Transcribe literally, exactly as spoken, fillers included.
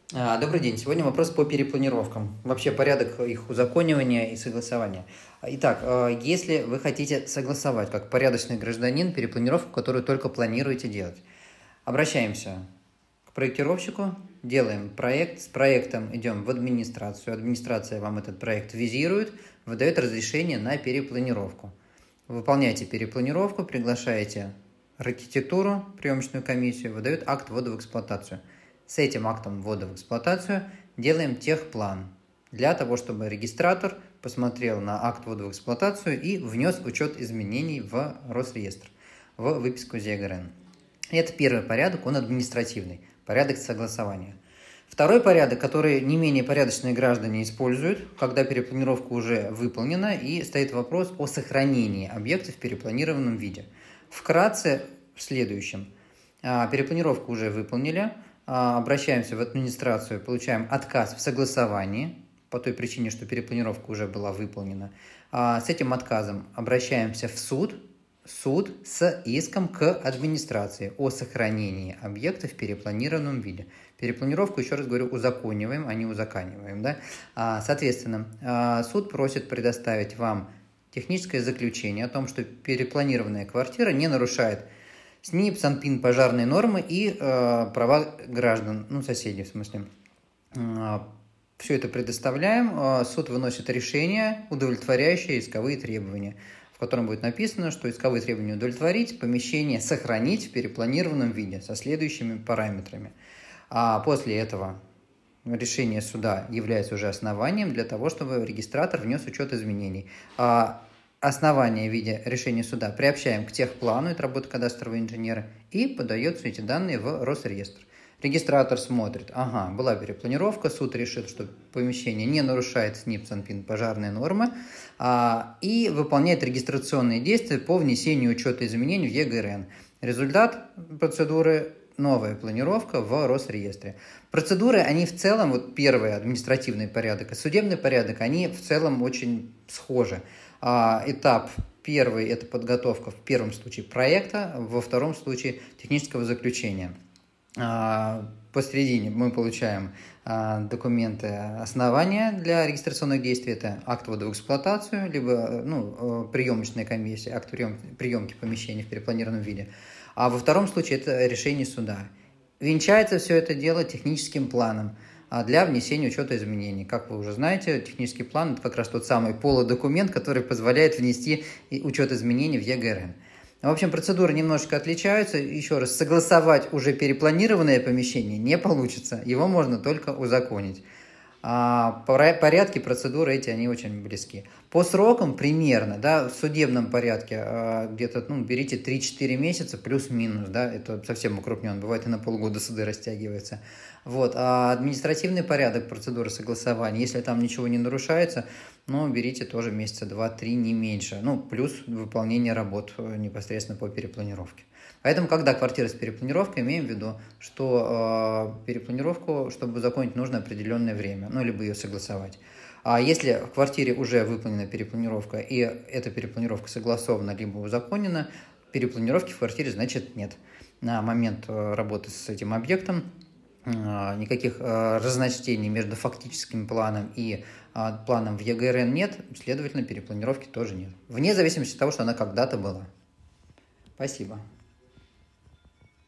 А, Добрый день. Сегодня вопрос по перепланировкам. Вообще порядок их узаконивания и согласования. Итак, э, если вы хотите согласовать как порядочный гражданин перепланировку, которую только планируете делать, обращаемся к проектировщику, делаем проект, с проектом идем в администрацию, администрация вам этот проект визирует, выдает разрешение на перепланировку. Выполняете перепланировку, приглашаете архитектуру, приемочную комиссию, выдают акт ввода в эксплуатацию. С этим актом ввода в эксплуатацию делаем техплан для того, чтобы регистратор посмотрел на акт ввода в эксплуатацию и внес учет изменений в Росреестр, в выписку ЗЕГРН. Это первый порядок, он административный, порядок согласования. Второй порядок, который не менее порядочные граждане используют, когда перепланировка уже выполнена и стоит вопрос о сохранении объекта в перепланированном виде. Вкратце в следующем. Перепланировку уже выполнили, обращаемся в администрацию, получаем отказ в согласовании, по той причине, что перепланировка уже была выполнена. С этим отказом обращаемся в суд, суд с иском к администрации о сохранении объекта в перепланированном виде. Перепланировку, еще раз говорю, узакониваем, а не узаканиваем. Да? Соответственно, суд просит предоставить вам техническое заключение о том, что перепланированная квартира не нарушает СНИП, СанПин, пожарные нормы и э, права граждан, ну, соседей в смысле. Э, все это предоставляем, э, суд выносит решение, удовлетворяющее исковые требования, в котором будет написано, что исковые требования удовлетворить, помещение сохранить в перепланированном виде со следующими параметрами. А после этого решение суда является уже основанием для того, чтобы регистратор внес учет изменений. Основание в виде решения суда приобщаем к техплану, это работа кадастрового инженера, и подаются эти данные в Росреестр. Регистратор смотрит, ага, была перепланировка, суд решит, что помещение не нарушает СНИП, СанПин, пожарные нормы, а, и выполняет регистрационные действия по внесению учета изменений в ЕГРН. Результат процедуры – новая планировка в Росреестре. Процедуры, они в целом, вот первый административный порядок и судебный порядок, они в целом очень схожи. Этап первый – это подготовка в первом случае проекта, во втором случае технического заключения. Посередине мы получаем документы основания для регистрационных действий, это акт ввода в эксплуатацию, либо ну, приемочная комиссия, акт приемки помещений в перепланированном виде. А во втором случае это решение суда. Венчается все это дело техническим планом для внесения учета изменений. Как вы уже знаете, технический план – это как раз тот самый полудокумент, который позволяет внести учет изменений в ЕГРН. В общем, процедуры немножечко отличаются. Еще раз, согласовать уже перепланированное помещение не получится. Его можно только узаконить. А порядки, процедуры эти, они очень близки. По срокам примерно, да, в судебном порядке где-то, ну, берите три-четыре месяца плюс-минус, да, это совсем укрупнен, бывает и на полгода суды растягиваются. Вот, а административный порядок процедуры согласования, если там ничего не нарушается, ну, берите тоже месяца два-три, не меньше, ну, плюс выполнение работ непосредственно по перепланировке. Поэтому, когда квартира с перепланировкой, имеем в виду, что э, перепланировку, чтобы закончить, нужно определенное время, ну, либо ее согласовать. А если в квартире уже выполнена перепланировка, и эта перепланировка согласована, либо узаконена, перепланировки в квартире, значит, нет. На момент работы с этим объектом э, никаких э, разночтений между фактическим планом и э, планом в ЕГРН нет, следовательно, перепланировки тоже нет. Вне зависимости от того, что она когда-то была. Спасибо.